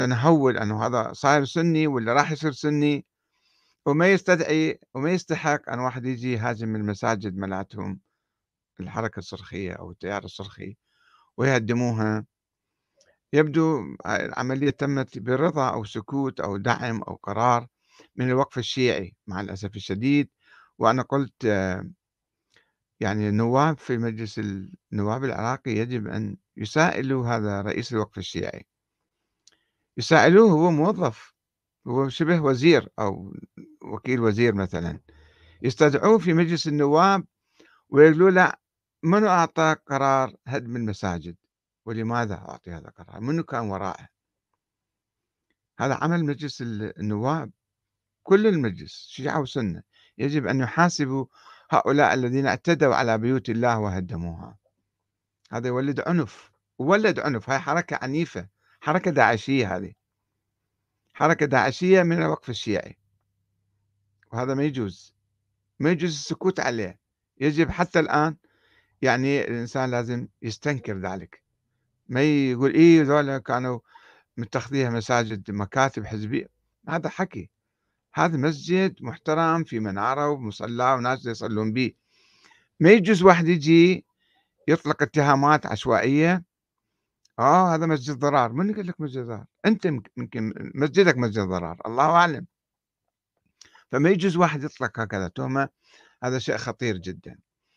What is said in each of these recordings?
نهوّل أنه هذا صاير سُنّي والّا راح يصير سُنّي، وما يستدعي وما يستحق أن واحد ييجي يهاجم المساجد مالتهم الحركة الصرخية أو التيار الصرخي ويهدموها. يبدو العملية تمت برضا أو سكوت أو دعم أو قرار من الوقف الشيعي مع الأسف الشديد. وأنا قلت يعني النواب في مجلس النواب العراقي يجب أن يسائلوا هذا رئيس الوقف الشيعي، يسائلوه، هو موظف، هو شبه وزير أو وكيل وزير مثلًا، يستدعوه في مجلس النواب ويقولوا له: منو أعطاك قرار هدم المساجد؟ ولماذا أعطي هذا القرار؟ منو كان وراءه؟ هذا عمل مجلس النواب، كل المجلس شيعة وسنة، يجب أن يحاسبوا هؤلاء الذين اعتدوا على بيوت الله وهدموها. هذا يولد عنف، وولد عنف، هاي حركة عنيفة، حركة داعشية هذه، حركة داعشية من الوقف الشيعي، وهذا ما يجوز، ما يجوز السكوت عليه. يجب حتى الآن يعني الإنسان لازم يستنكر ذلك، ما يقول إيه ذولا كانوا متخذيها مساجد مكاتب حزبية، هذا حكي. هذا مسجد محترم في منارة ومصلى وناس يصلون به، ما يجوز واحد يجي يطلق اتهامات عشوائية. هذا مسجد ضرار، من قال لك مسجد ضرار؟ أنت يمكن مسجدك مسجد ضرار، الله أعلم. فما يجوز واحد يطلق هكذا تهمة، هذا شيء خطير جدًا.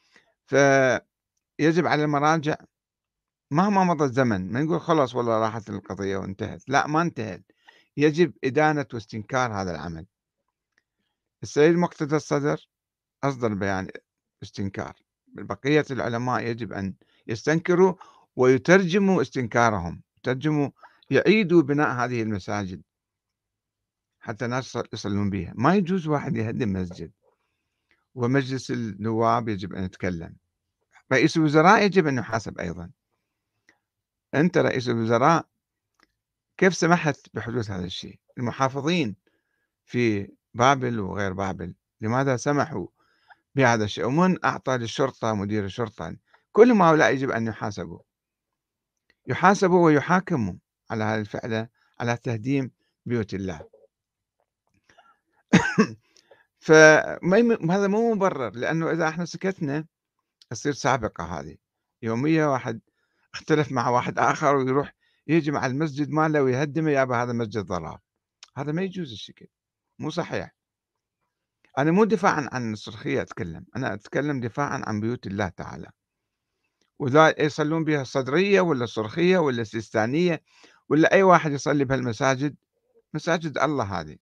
فيجب على المراجع مهما مضى الزمن ما نقول خلاص والله راحت القضية وانتهت، لأ ما انتهت، يجب إدانة واستنكار هذا العمل. السيد مقتدى الصدر أصدر بيان استنكار، بقية العلماء يجب أن يستنكروا ويترجموا استنكارهم، يترجموا، يعيدوا بناء هذه المساجد حتى الناس يصلون بها. ما يجوز واحد يهدم مسجد، ومجلس النواب يجب أن يتكلم، رئيس الوزراء يجب أن يحاسب أيضًا. أنت رئيس الوزراء كيف سمحت بحدوث هذا الشيء؟ المحافظين في بابل وغير بابل لماذا سمحوا بهذا الشيء؟ ومن أعطى للشرطة مدير الشرطة؟ كل هؤلاء يجب أن يحاسبوا، يحاسبوا ويحاكموا على هذه الفعلة، على تهديم بيوت الله. هذا مو مبرر، لأنه إذا إحنا سكتنا تصير سابقة هذه، يومية واحد اختلف مع واحد آخر ويروح يهجم على المسجد ماله ويهدمه، يابا هذا مسجد ضرار، هذا ما يجوز الشكل، مو صحيح. أنا مو دفاعًا عن الصرخية أتكلم، أنا أتكلم دفاعًا عن بيوت الله تعالى، يصلون بها الصدرية والّا الصرخية والّا السيستانية والّا أي واحد يصلي بهالمساجد، مساجد الله هذه.